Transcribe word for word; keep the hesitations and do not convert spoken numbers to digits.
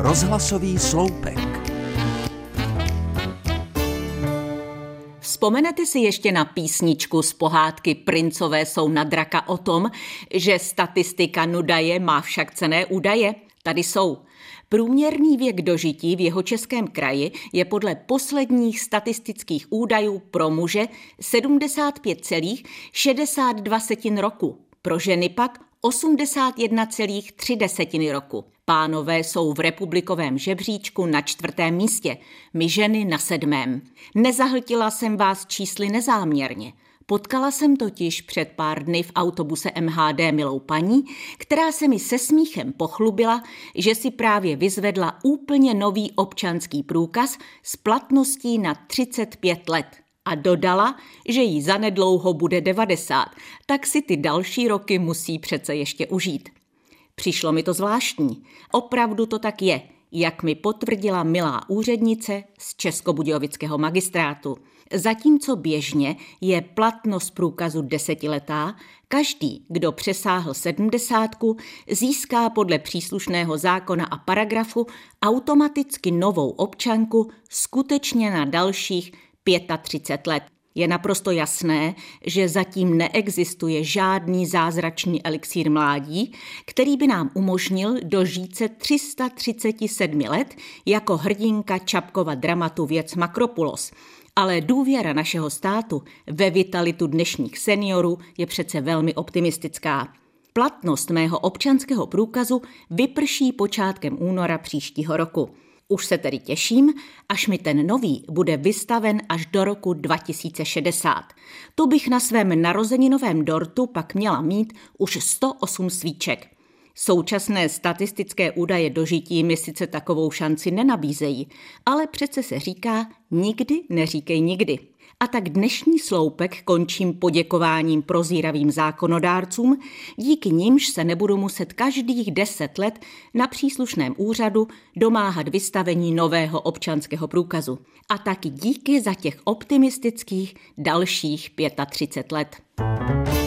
Rozhlasový sloupek. Vzpomenete si ještě na písničku z pohádky Princové jsou na draka o tom, že statistika nuda je, má však cenné údaje? Tady jsou. Průměrný věk dožití v Jihočeském kraji je podle posledních statistických údajů pro muže sedmdesát pět celá šedesát dva roku, pro ženy pak osmdesát jedna celá tři roku. Pánové jsou v republikovém žebříčku na čtvrtém místě, my ženy na sedmém. Nezahltila jsem vás čísly nezáměrně. Potkala jsem totiž před pár dny v autobuse M H D milou paní, která se mi se smíchem pochlubila, že si právě vyzvedla úplně nový občanský průkaz s platností na třicet pět let. A dodala, že jí zanedlouho bude devadesát, tak si ty další roky musí přece ještě užít. Přišlo mi to zvláštní. Opravdu to tak je, jak mi potvrdila milá úřednice z Českobudějovického magistrátu. Zatímco běžně je platnost průkazu desetiletá, každý, kdo přesáhl sedmdesátku, získá podle příslušného zákona a paragrafu automaticky novou občanku skutečně na dalších třicet pět let. Je naprosto jasné, že zatím neexistuje žádný zázračný elixír mládí, který by nám umožnil dožít se tři sta třicet sedm let jako hrdinka Čapkova dramatu Věc Makropulos. Ale důvěra našeho státu ve vitalitu dnešních seniorů je přece velmi optimistická. Platnost mého občanského průkazu vyprší počátkem února příštího roku. Už se tedy těším, až mi ten nový bude vystaven až do roku dva tisíce šedesát. To bych na svém narozeninovém dortu pak měla mít už sto osm svíček. Současné statistické údaje dožití mi sice takovou šanci nenabízejí, ale přece se říká nikdy neříkej nikdy. A tak dnešní sloupek končím poděkováním prozíravým zákonodárcům, díky nimž se nebudu muset každých deset let na příslušném úřadu domáhat vystavení nového občanského průkazu. A taky díky za těch optimistických dalších třicet pět let.